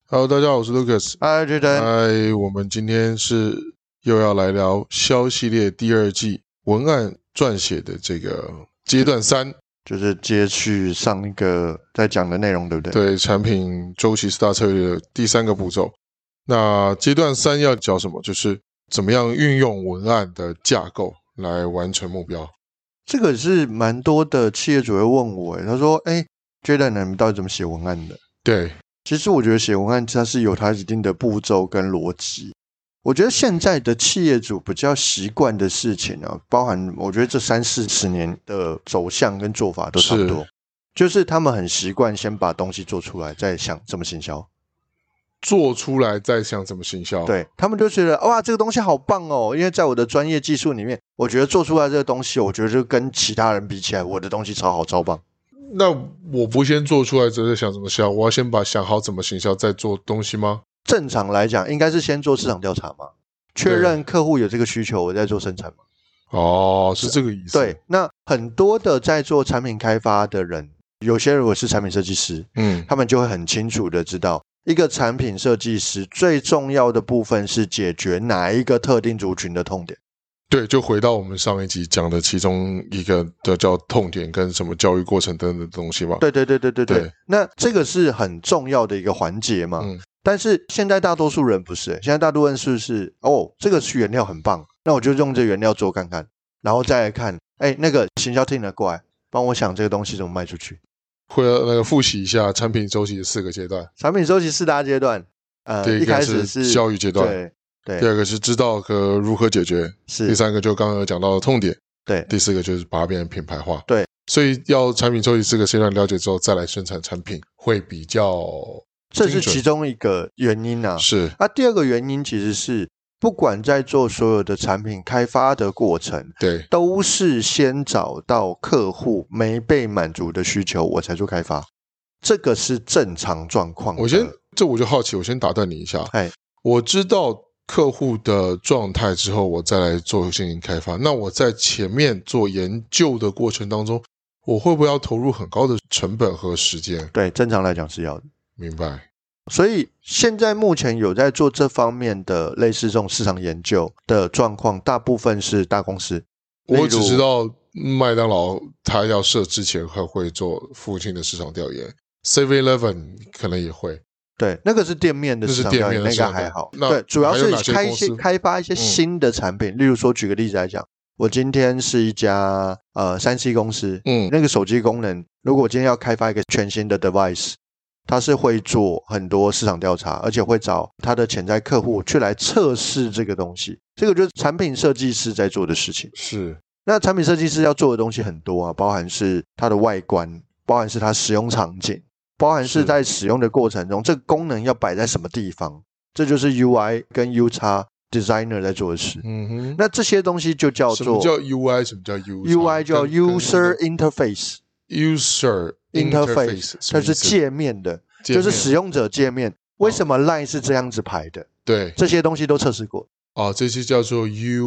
Hello，大家好，我是 Lucas。 嗨，Jordan。 我们今天是又要来聊销系列第二季文案撰写的这个阶段3， 就是接续上一个在讲的内容，对不对？ 对，产品周期4大策略的第3个步骤。那阶段3要讲什么？就是怎么样运用文案的架构来完成目标。 这个是蛮多的企业主会问我，他说：“Jordan，你们到底怎么写文案的？” 对， 其实我觉得写文案它是有它一定的步骤跟逻辑。我觉得现在的企业主比较习惯的事情啊，包含我觉得这30-40年的走向跟做法都差不多，就是他们很习惯先把东西做出来，再想怎么行销。 做出来再想怎么行销。 对，他们就觉得哇，这个东西好棒哦，因为在我的专业技术里面，我觉得做出来这个东西，我觉得就跟其他人比起来，我的东西超好超棒。 那我不先做出来，只是想怎么销，我要先想好怎么行销，再做东西吗？ 正常来讲，应该是先做市场调查嘛，确认客户有这个需求，我再做生产嘛。 哦，是这个意思。 对，那很多的在做产品开发的人，有些如果是产品设计师，他们就会很清楚的知道，一个产品设计师最重要的部分是解决哪一个特定族群的痛点。 对，就回到我们上一集讲的其中一个的叫痛点跟什么教育过程等等的东西嘛。 对，那这个是很重要的一个环节嘛。但是现在大多数人不是，现在大多数是这个原料很棒，那我就用这原料做看看，然后再来看，那个行销 team 过来帮我想这个东西怎么卖出去。 会复习一下产品周期的4个阶段。 产品周期4大阶段， 第一个是教育阶段， 对， 第二个是知道和如何解决，第3个就刚刚有讲到的痛点， 对， 第4个就是把它变成品牌化。 对， 所以要产品周期4个阶段了解之后，再来生产产品会比较。 这是其中一个原因啊。 是。 第二个原因其实是，不管在做所有的产品开发的过程， 对， 都是先找到客户没被满足的需求，我才做开发，这个是正常状况的。 我就好奇，我先打断你一下。我知道客户的状态之后，我再来做进行开发。那我在前面做研究的过程当中，我会不会要投入很高的成本和时间？ 对，正常来讲是要的。 明白。 所以现在目前有在做这方面的类似这种市场研究的状况，大部分是大公司。 我只知道麦当劳他要设之前还会做附近的市场调研， 7-Eleven 可能也会。 对，那个是店面的市场调研，那个还好。对，主要是开发一些新的产品，例如说举个例子来讲，我今天是一家3C 公司，那个手机功能，如果我今天要开发一个全新的 device，他是会做很多市场调查，而且会找他的潜在客户去来测试这个东西。这个就是产品设计师在做的事情。 是。 那产品设计师要做的东西很多啊，包含是它的外观，包含是它使用场景，包含是在使用的过程中，这个功能要摆在什么地方，这就是 UI 跟 UX designer 在做的事。那这些东西就叫做什么叫 UI， 什么叫 UI 叫 User Interface。User Interface 它是界面的，就是使用者界面。为什么 LINE 是这样子排的？ 对， 这些东西都测试过。 这些叫做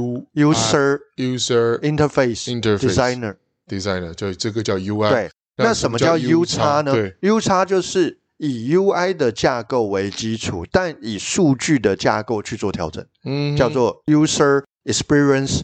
User Interface Designer， 就这个叫 UI。 对，那什么叫 UX 呢？UX 就是以 UI 的架构为基础，但以数据的架构去做调整，叫做 User Experience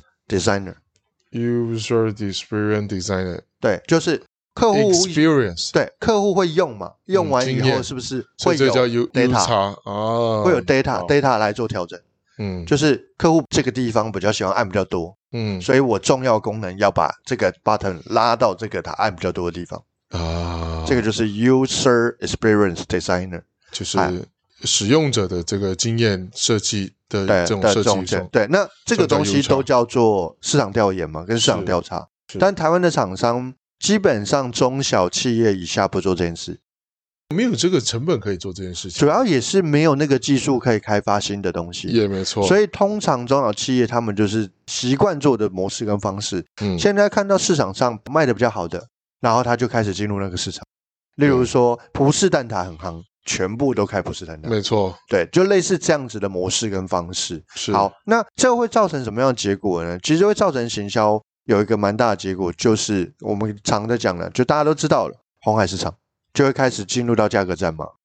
Designer。User Experience Designer， 对，就是客户 experience， 对，客户会用嘛，用完以后是不是会有 data？ 会有 data 来做调整。就是客户这个地方比较喜欢按比较多，所以我重要功能要把这个 button 拉到这个他按比较多的地方这个就是 User Experience Designer， 就是使用者的这个经验设计的这种设计。 对，那这个东西都叫做市场调研嘛，跟市场调查。但台湾的厂商基本上中小企业以下不做这件事， 没有这个成本可以做这件事情， 主要也是没有那个技术可以开发新的东西， 也没错。 所以通常中小企业他们就是习惯做的模式跟方式。现在看到市场上卖的比较好的，然后他就开始进入那个市场。例如说葡式蛋挞很夯，全部都开葡式蛋挞， 没错。对， 就类似这样子的模式跟方式。好，那这会造成什么样的结果呢？其实会造成行销有一个蛮大的结果，就是我们常在讲的，就大家都知道了，红海市场就会开始进入到价格战嘛。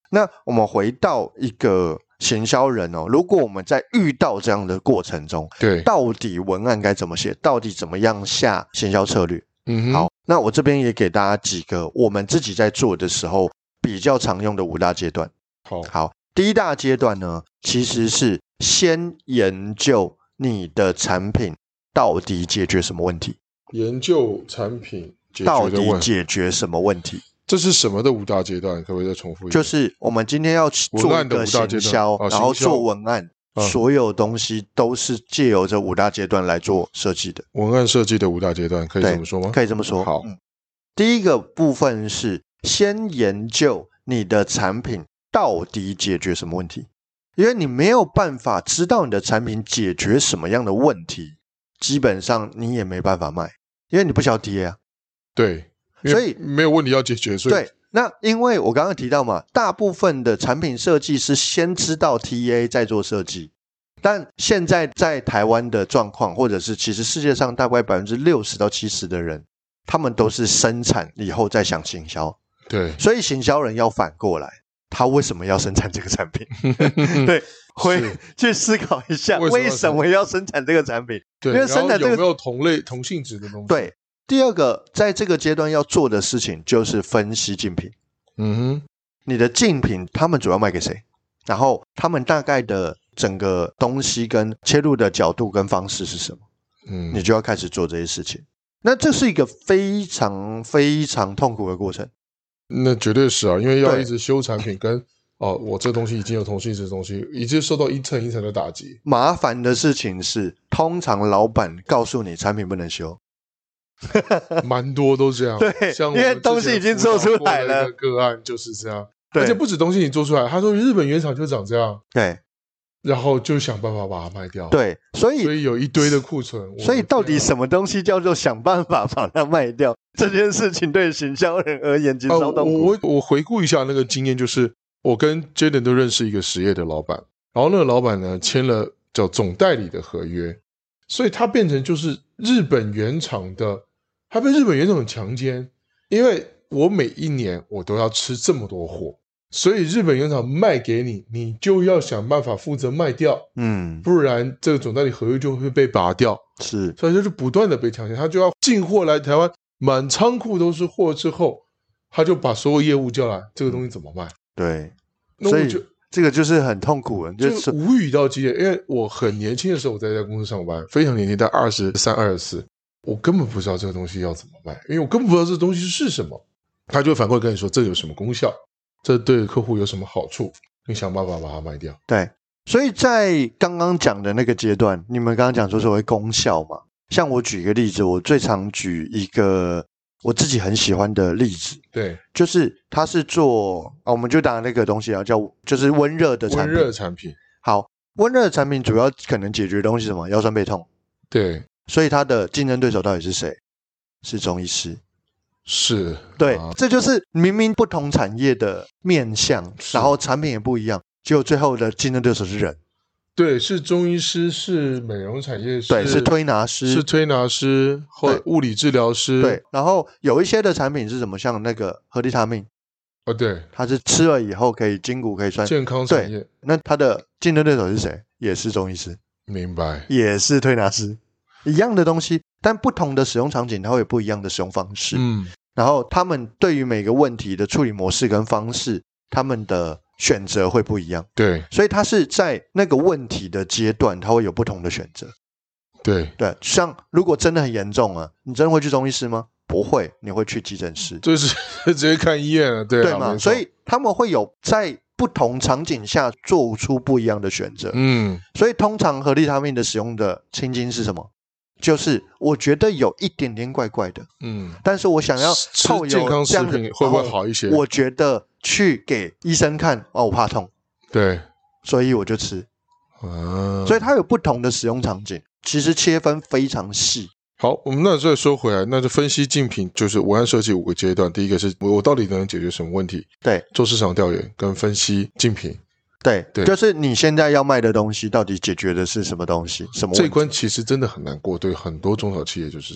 那我们回到一个行销人哦，如果我们在遇到这样的过程中， 对， 到底文案该怎么写，到底怎么样下行销策略？好，那我这边也给大家几个我们自己在做的时候比较常用的5大阶段。好，第一大阶段呢，其实是先研究你的产品到底解决什么问题。 研究产品到底解决什么问题？ 这是什么的5大阶段？可不可以再重复一下？ 就是我们今天要做一个行销，然后做文案，所有东西都是借由这5大阶段来做设计的。 文案设计的5大阶段，可以这么说吗？ 可以这么说。 好， 第一个部分是先研究你的产品到底解决什么问题，因为你没有办法知道你的产品解决什么样的问题，基本上你也没办法卖，因为你不晓得 TA 啊。 对，所以没有问题要解决。所以对，那因为我刚刚提到嘛，大部分的产品设计是先知道 TA 再做设计，但现在在台湾的状况，或者是其实世界上大概60%到70%的人，他们都是生产以后再想行销。 对， 所以行销人要反过来，他为什么要生产这个产品？对，会去思考一下为什么要生产这个产品。 对，因为生产这个有没有同性质的东西？ 对，第二个在这个阶段要做的事情就是分析竞品。你的竞品他们主要卖给谁？然后他们大概的整个东西跟切入的角度跟方式是什么？你就要开始做这些事情。那这是一个非常非常痛苦的过程。 那绝对是啊，因为要一直修产品跟我这东西已经有同性质的东西，已经受到一层一层的打击。 麻烦的事情是，通常老板告诉你产品不能修， 蛮多都这样。 对， 像因为东西已经做出来了。 个案就是这样，而且不止东西你做出来，他说日本原厂就长这样。 对。 然后就想办法把它卖掉。 对，所以有一堆的库存。 所以到底什么东西叫做想办法把它卖掉？这件事情对行销人而言极超痛苦。 我回顾一下那个经验，就是我跟 Jaden 都认识一个实业的老板，然后那个老板呢签了叫总代理的合约，所以他变成就是日本原厂的，他被日本原厂强奸，因为我每一年我都要吃这么多货。所以日本原厂卖给你，你就要想办法负责卖掉，不然这个总代理合约就会被拔掉。 是， 所以就是不断的被强奸，他就要进货来台湾，满仓库都是货之后，他就把所有业务叫来，这个东西怎么卖？ 对，所以这个就是很痛苦， 就是无语到极点。因为我很年轻的时候，我在这家公司上班，非常年轻，在23、24，我根本不知道这个东西要怎么卖，因为我根本不知道这个东西是什么。他就反过来跟你说，这有什么功效？这对客户有什么好处？你想办法把它卖掉。 对，所以在刚刚讲的那个阶段，你们刚刚讲说所谓功效嘛，像我举一个例子，我最常举一个我自己很喜欢的例子， 对， 就是他是做我们就打那个东西啊，就是温热的产品。 温热产品， 好，温热的产品主要可能解决的东西是什么？腰酸背痛。 对， 所以他的竞争对手到底是谁？是中医师。 是， 对，这就是明明不同产业的面向，然后产品也不一样，结果最后的竞争对手是人。 对，是中医师，是美容产业， 对，是推拿师， 或物理治疗师。 对，然后有一些的产品是什么，像那个合利他命。 对， 它是吃了以后可以筋骨可以酸， 健康产业。 那它的竞争对手是谁？也是中医师。 明白， 也是推拿师，一样的东西。但不同的使用场景，它会有不一样的使用方式。然后他们对于每个问题的处理模式跟方式，他们的选择会不一样。 对， 所以它是在那个问题的阶段，它会有不同的选择。 对， 像如果真的很严重啊，你真的会去中医师吗？不会，你会去急诊室， 就是直接看医院了，对吗？ 所以他们会有在不同场景下做出不一样的选择。所以通常合利他命的使用的情境是什么？就是我觉得有一点点怪怪的，但是我想要透健康食品会不会好一些？ 我觉得去给医生看，我怕痛， 对， 所以我就吃。所以它有不同的使用场景，其实切分非常细。 好，我们那再说回来，那就分析竞品，就是文案设计5个阶段。第一个是我到底能解决什么问题？ 对， 做市场调研跟分析竞品。 对，就是你现在要卖的东西到底解决的是什么东西，什么问题？ 这一关其实真的很难过，对很多中小企业就是这样。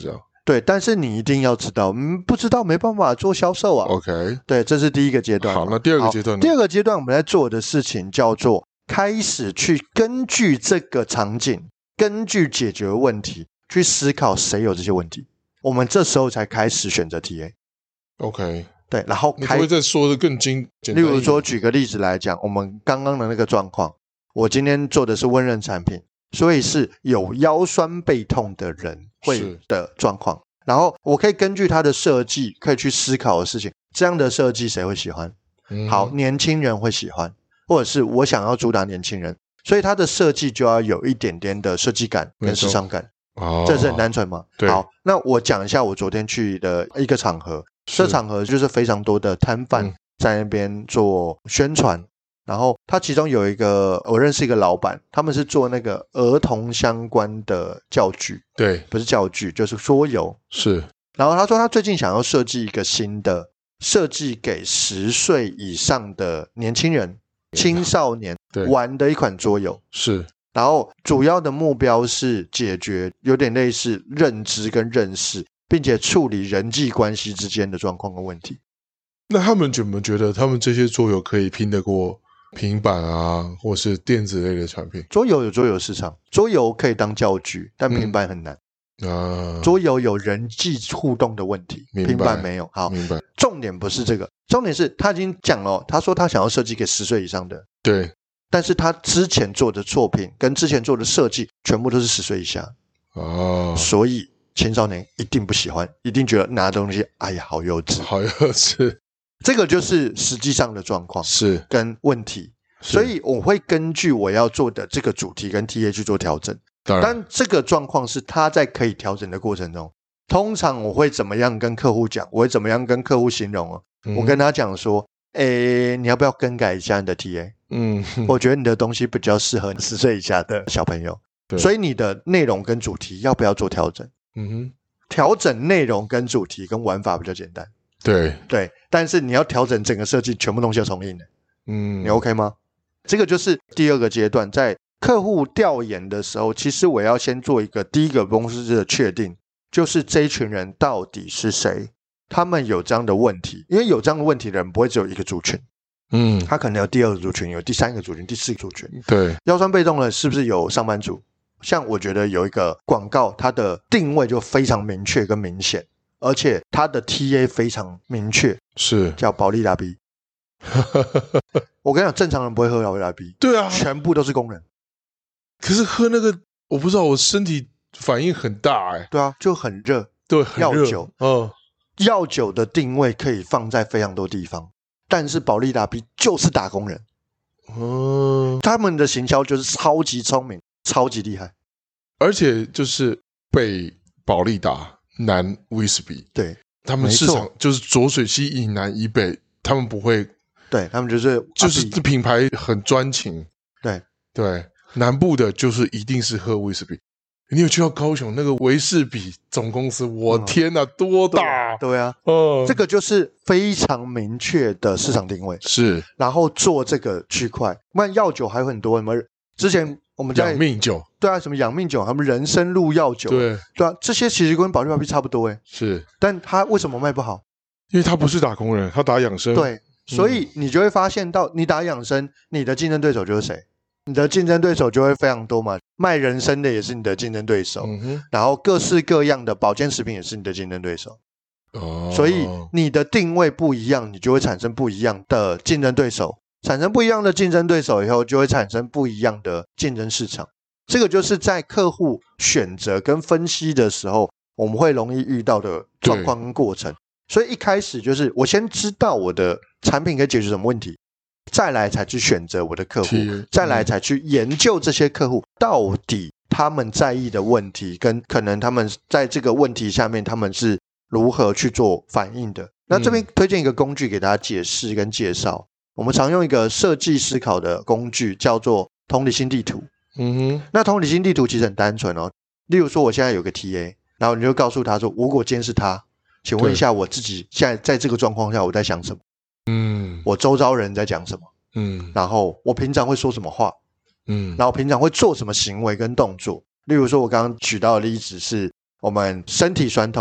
对，但是你一定要知道，不知道没办法做销售啊。 OK， 对，这是第一个阶段。 好，那第二个阶段呢？ 第二个阶段我们在做的事情叫做开始去根据这个场景，根据解决问题去思考谁有这些问题，我们这时候才开始选择 TA。OK， 对，然后你会再说的更简单。 例如说，举个例子来讲，我们刚刚的那个状况，我今天做的是温润产品，所以是有腰酸背痛的人会的状况。然后我可以根据它的设计，可以去思考的事情，这样的设计谁会喜欢？好，年轻人会喜欢，或者是我想要主打年轻人，所以它的设计就要有一点点的设计感跟时尚感。这是很单纯嘛？好，那我讲一下我昨天去的一个场合，这场合就是非常多的摊贩在那边做宣传，然后他其中有一个我认识一个老板，他们是做那个儿童相关的教具， 对， 不是教具就是桌游， 是。 然后他说他最近想要设计一个新的，设计给10岁以上的年轻人、青少年玩的一款桌游， 是。 然后主要的目标是解决有点类似认知跟认识，并且处理人际关系之间的状况跟问题。 那他们怎么觉得他们这些桌游可以拼得过平板啊，或是电子类的产品？ 桌游有桌游市场，桌游可以当教具，但平板很难。桌游有人际互动的问题，平板没有。好， 明白。 重点不是这个，重点是他已经讲了，他说他想要设计给10岁以上的。 对。 但是他之前做的作品跟之前做的设计全部都是10岁以下。所以青少年一定不喜欢，一定觉得拿东西，哎呀，好幼稚， 好幼稚。 这个就是实际上的状况是跟问题，所以我会根据我要做的这个主题跟 TA 去做调整。但这个状况是他在可以调整的过程中，通常我会怎么样跟客户讲？我会怎么样跟客户形容？我跟他讲说，你要不要更改一下你的 TA？我觉得你的东西比较适合10岁以下的小朋友，所以你的内容跟主题要不要做调整？调整内容跟主题跟玩法比较简单。对，但是你要调整整个设计，全部东西要重印的。你 OK 吗？这个就是第二个阶段，在客户调研的时候，其实我要先做一个第一个公司的确定，就是这一群人到底是谁，他们有这样的问题，因为有这样的问题的人不会只有一个族群。他可能有第2个族群，有第3个族群，第4个族群。 对， 腰酸背痛的是不是有上班族？像我觉得有一个广告，它的定位就非常明确跟明显，而且它的 TA 非常明确， 是叫保利达 B。我跟你讲，正常人不会喝保利达 B。对啊，全部都是工人。 可是喝那个，我不知道，我身体反应很大对啊，就很热。 对，很热。 药酒，药酒的定位可以放在非常多地方。但是保利达 B 就是打工人，他们的行销就是超级聪明，超级厉害， 而且就是北保利达，南威士比， 对， 他们市场就是浊水溪以南以北，他们不会， 对他们就是这品牌很专情，对，南部的就是一定是喝威士比。你有去到高雄那个维士比总公司，我天哪，多大！ 对啊，这个就是非常明确的市场定位， 是。 然后做这个区块，不然药酒还有很多，什么之前我们在养命酒， 对啊，什么养命酒，他们人参露药酒，对啊，这些其实跟保利达 B 差不多是。 但他为什么卖不好？ 因为他不是打工人，他打养生。 对，所以你就会发现到，你打养生，你的竞争对手就是谁？你的竞争对手就会非常多嘛，卖人参的也是你的竞争对手，然后各式各样的保健食品也是你的竞争对手。所以你的定位不一样，你就会产生不一样的竞争对手，产生不一样的竞争对手以后，就会产生不一样的竞争市场。这个就是在客户选择跟分析的时候，我们会容易遇到的状况跟过程。所以一开始就是我先知道我的产品可以解决什么问题，再来才去选择我的客户，再来才去研究这些客户到底他们在意的问题，跟可能他们在这个问题下面他们是如何去做反应的。那这边推荐一个工具给大家解释跟介绍，我们常用一个设计思考的工具叫做同理心地图。那同理心地图其实很单纯哦，例如说我现在有个 TA， 然后你就告诉他说，如果今天是他，请问一下我自己现在在这个状况下我在想什么，我周遭人在讲什么，然后我平常会说什么话，然后平常会做什么行为跟动作。例如说我刚刚举到的例子是我们身体酸痛，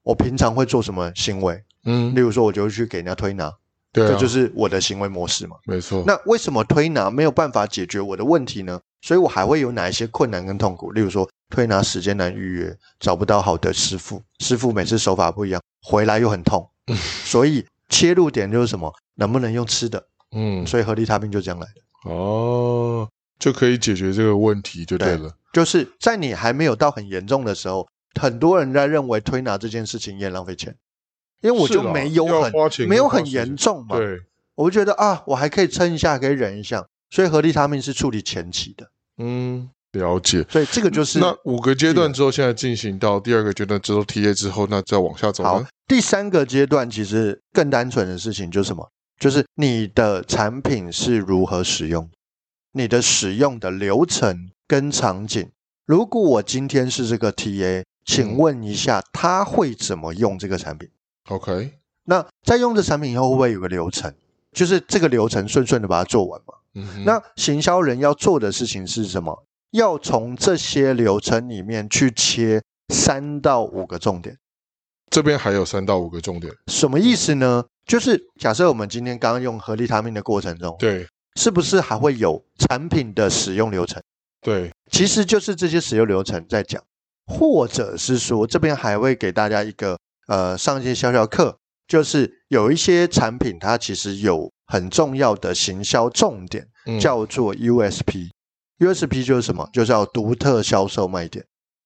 我平常会做什么行为，例如说我就会去给人家推拿，对、这就是我的行为模式嘛。 没错。 那为什么推拿没有办法解决我的问题呢？所以我还会有哪一些困难跟痛苦？例如说推拿时间难预约，找不到好的师傅，师傅每次手法不一样，回来又很痛。所以切入点就是什么？能不能用吃的？所以合利他命就这样来的。 哦，就可以解决这个问题就对了。 就是在你还没有到很严重的时候，很多人在认为推拿这件事情也浪费钱，因为我就没有很严重嘛。 对， 我就觉得啊，我还可以撑一下，可以忍一下。所以合利他命是处理前期的。 了解。 所以这个就是那5个阶段之后，现在进行到第2个阶段之后 TA 之后，那再往下走呢？ 好，第3个阶段其实更单纯的事情就是什么？就是你的产品是如何使用，你的使用的流程跟场景。如果我今天是这个 TA， 请问一下他会怎么用这个产品？ OK。 那在用这产品以后会不会有个流程？就是这个流程顺顺的把它做完嘛。那行销人要做的事情是什么？要从这些流程里面去切3到5个重点。 这边还有3到5个重点， 什么意思呢？就是假设我们今天刚刚用合利他命的过程中， 对， 是不是还会有产品的使用流程？ 对， 其实就是这些使用流程在讲，或者是说这边还会给大家一个上一些小小课，就是有一些产品它其实有很重要的行销重点，叫做 USP。USP 就是什么？就是要独特销售卖点。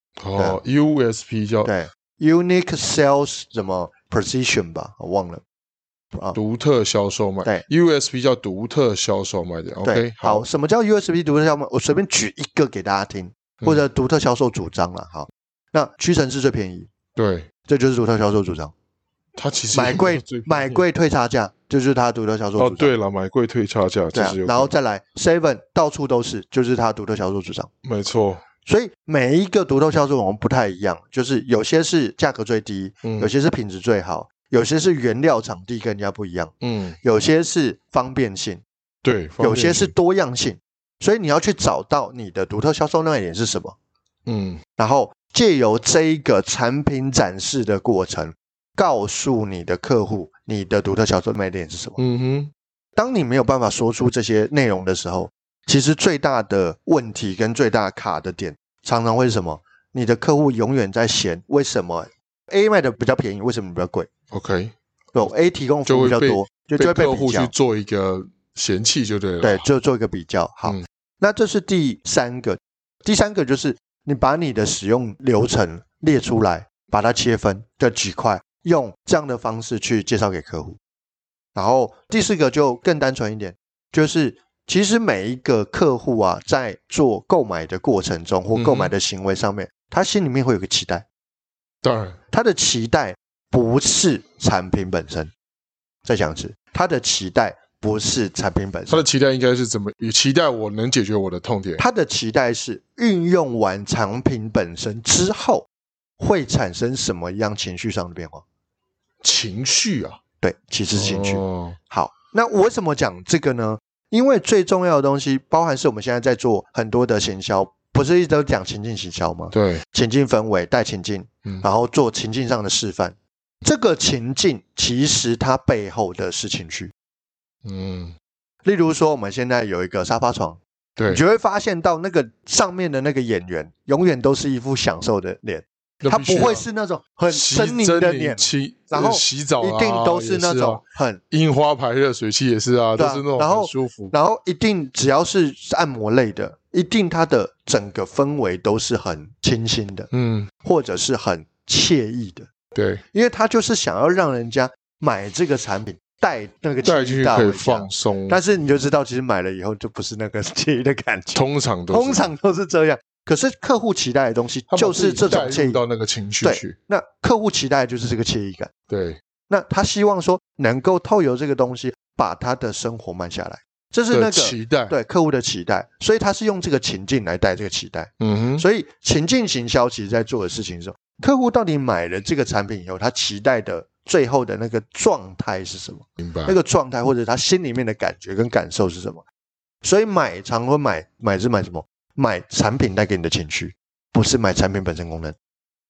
USP 叫对 Unique Sales 什么 Position 吧，我忘了。 独特销售卖点。对 ，USP 叫独特销售卖点。OK， 好，什么叫 USP 独特销售卖点？我随便举一个给大家听，或者独特销售主张啦。好，那屈臣氏最便宜， 对， 这就是独特销售主张。 它其实买贵退差价，就是它独特销售主张。 对了，买贵退差价， 对啊，然后再来 Seven 到处都是，就是它独特销售主张。 没错。 所以每一个独特销售我们不太一样，就是有些是价格最低，有些是品质最好，有些是原料场地跟人家不一样，有些是方便性， 对， 有些是多样性。所以你要去找到你的独特销售卖点是什么，然后借由这一个产品展示的过程，告诉你的客户你的独特销售卖点是什么。当你没有办法说出这些内容的时候，其实最大的问题跟最大卡的点常常会是什么？你的客户永远在嫌为什么 A 卖的比较便宜，为什么比较贵？ OK， A 提供服务比较多，就会被客户去做一个嫌弃就对了。 对，就做一个比较。好，那这是第3个。第3个就是你把你的使用流程列出来，把它切分的几块，用这样的方式去介绍给客户。然后第4个就更单纯一点，就是其实每一个客户啊，在做购买的过程中或购买的行为上面，他心里面会有个期待。 当然， 他的期待不是产品本身。再讲一次，他的期待不是产品本身。 他的期待应该是怎么？期待我能解决我的痛点。 他的期待是运用完产品本身之后，会产生什么样情绪上的变化？ 情绪啊？ 对，其实是情绪。好，那我为什么讲这个呢？因为最重要的东西，包含是我们现在在做很多的行销，不是一直都讲情境行销吗？ 对， 情境氛围带情境，然后做情境上的示范。这个情境其实它背后的是情绪。例如说我们现在有一个沙发床， 对， 你就会发现到那个上面的那个演员永远都是一副享受的脸，他不会是那种很狰狞的脸，然后洗澡一定都是那种很樱花牌热水器也是啊，都是那种很舒服。 然后一定只要是按摩类的，一定它的整个氛围都是很清新的，或者是很惬意的。 对， 因为他就是想要让人家买这个产品带那个惬意可以放松， 但是你就知道其实买了以后就不是那个惬意的感觉， 通常都是这样。可是客户期待的东西就是这种惬意， 到那个情绪去。 对，那客户期待的就是这个惬意感。 对， 那他希望说能够透由这个东西把他的生活慢下来，这是那个期待， 对客户的期待，所以他是用这个情境来带这个期待。所以情境行销其实在做的事情是，客户到底买了这个产品以后，他期待的最后的那个状态是什么？ 明白？ 那个状态或者他心里面的感觉跟感受是什么？所以常会买是买什么？买产品带给你的情绪，不是买产品本身功能。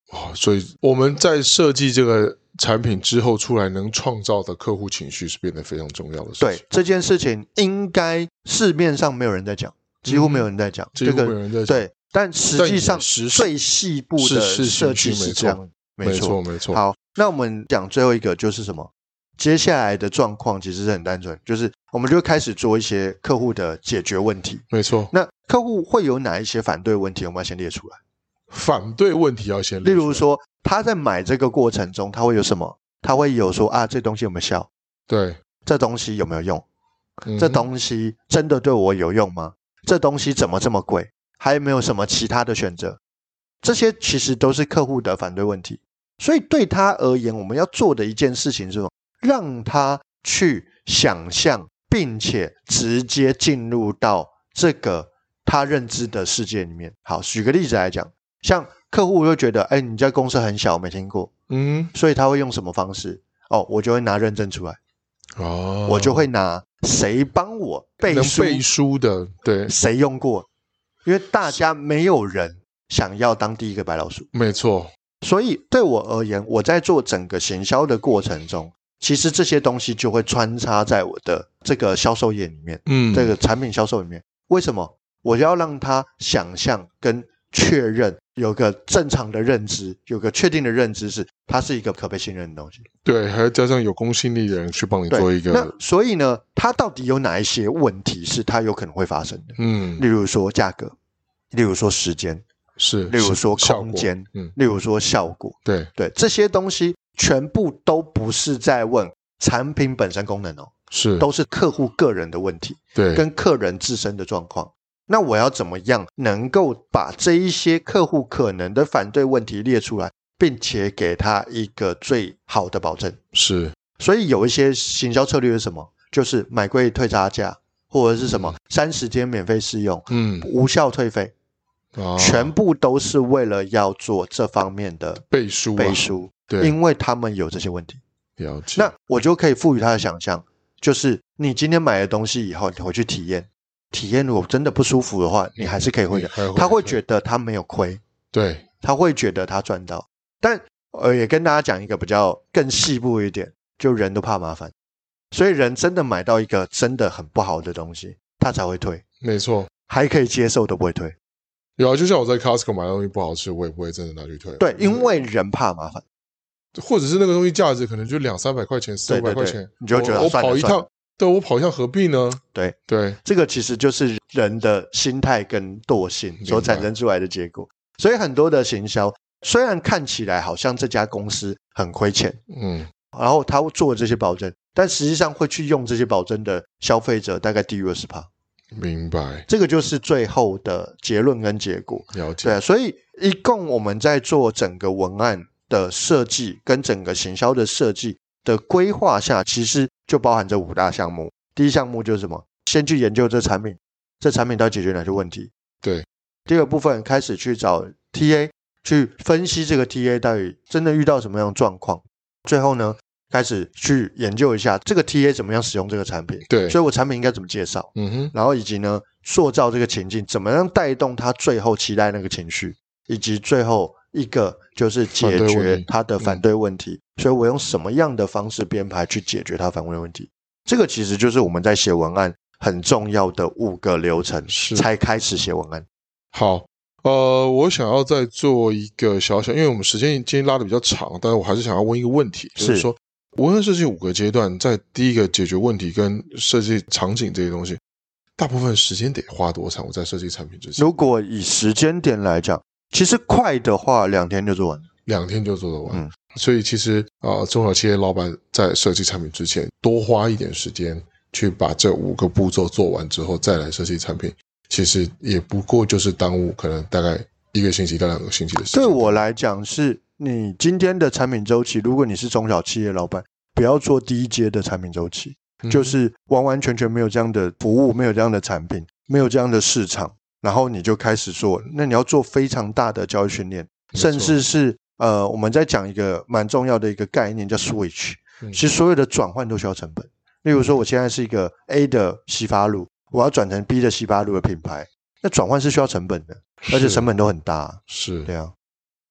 所以我们在设计这个产品之后出来能创造的客户情绪是变得非常重要的事情。 对，这件事情应该市面上没有人在讲，几乎没有人在讲， 几乎没有人在讲。 对，但实际上最细部的设计是这样， 没错没错。 好，那我们讲最后一个就是什么？接下来的状况其实是很单纯，就是我们就开始做一些客户的解决问题。 没错。 那客户会有哪一些反对问题？我们要先列出来。 反对问题要先列出来。 例如说他在买这个过程中他会有什么？他会有说这东西有没有效？ 对， 这东西有没有用？这东西真的对我有用吗？这东西怎么这么贵？还有没有什么其他的选择？这些其实都是客户的反对问题。所以对他而言，我们要做的一件事情是什么？让他去想象并且直接进入到这个他认知的世界里面。好，举个例子来讲，像客户会觉得你家公司很小，我没听过，所以他会用什么方式？我就会拿认证出来，我就会拿谁帮我背书的，对， 谁用过，因为大家没有人想要当第一个白老鼠。 没错。 所以对我而言，我在做整个行销的过程中，其实这些东西就会穿插在我的这个销售页里面，这个产品销售里面。为什么？我要让他想象跟确认，有个正常的认知，有个确定的认知是它是一个可被信任的东西。 对，还要加上有公信力的人去帮你做一个。 那所以呢，它到底有哪一些问题是它有可能会发生的？例如说价格，例如说时间，例如说空间，例如说效果。 对， 这些东西全部都不是在问产品本身功能都是客户个人的问题， 对， 跟客人自身的状况。那我要怎么样能够把这一些客户可能的反对问题列出来，并且给他一个最好的保证？所以有一些行销策略是什么？就是买贵退差价，或者是什么30天免费试用，无效退费，全部都是为了要做这方面的背书，对，因为他们有这些问题。 了解。 那我就可以赋予他的想象，就是你今天买了东西以后，你回去体验如果真的不舒服的话，你还是可以回的。他会觉得他没有亏， 对， 他会觉得他赚到。但也跟大家讲一个比较更细部一点，就人都怕麻烦，所以人真的买到一个真的很不好的东西，他才会退。 没错， 还可以接受都不会退。 有啊，就像我在 Costco 买的东西不好吃，我也不会真的拿去退。 对，因为人怕麻烦， 或者是那个东西价值可能就200-300块钱，400-500块钱， 你就觉得我跑一趟。对，我跑一趟何必呢？ 对， 这个其实就是人的心态跟惰性所产生出来的结果。所以很多的行销虽然看起来好像这家公司很亏钱，然后他做这些保证，但实际上会去用这些保证的消费者大概低于 20%。 明白， 这个就是最后的结论跟结果。 了解。 对，所以一共我们在做整个文案的设计跟整个行销的设计的规划下，其实就包含这5大项目。第一项目就是什么？先去研究这产品到底解决哪些问题。 对。 第二部分开始去找 TA， 去分析这个 TA 到底真的遇到什么样的状况。最后呢，开始去研究一下这个 TA 怎么样使用这个产品。 对。 所以我产品应该怎么介绍？然后以及呢，塑造这个情境，怎么样带动他最后期待那个情绪，以及最后一个就是解决他的反对问题。所以我用什么样的方式编排去解决他反对问题？这个其实就是我们在写文案很重要的5个流程，才开始写文案。 好，我想要再做一个小，因为我们时间今天拉的比较长，但是我还是想要问一个问题，就是说文案设计5个阶段，在第一个解决问题跟设计场景这些东西，大部分时间得花多长？我在设计产品之前， 如果以时间点来讲，其实快的话2天就做完 ，2天就做得完。所以其实中小企业老板在设计产品之前，多花一点时间去把这5个步骤做完之后，再来设计产品，其实也不过就是耽误可能大概1个星期到2个星期的时间。 对我来讲，是你今天的产品周期，如果你是中小企业老板，不要做第一阶的产品周期，就是完完全全没有这样的服务，没有这样的产品，没有这样的市场，然后你就开始做，那你要做非常大的教育训练，甚至是我们在讲一个蛮重要的一个概念叫 switch。其实所有的转换都需要成本。例如说，我现在是一个 A 的洗发露，我要转成 B 的洗发露的品牌，那转换是需要成本的，而且成本都很大。 是， 对啊。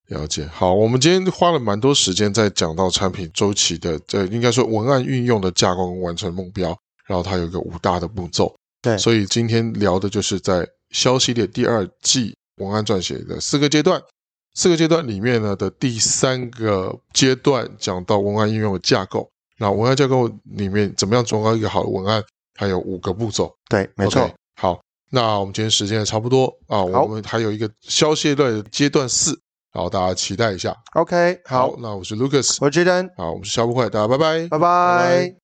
了解。好，我们今天花了蛮多时间在讲到产品周期的，应该说文案运用的架构跟完成目标，然后它有一个5大的步骤。 对， 所以今天聊的就是在销系列第2季文案撰写的4个阶段。4个阶段里面呢的第3个阶段讲到文案运用的架构。那文案架构里面怎么样总搞一个好的文案，还有5个步骤。 对，没错。 Okay, 好，那我们今天时间也差不多啊，我们还有一个销系列的阶段4，然后大家期待一下。 OK， 好， 那我是 Lucas， 我是 Jaden， 好，我们是消不快，大家拜拜， 拜拜。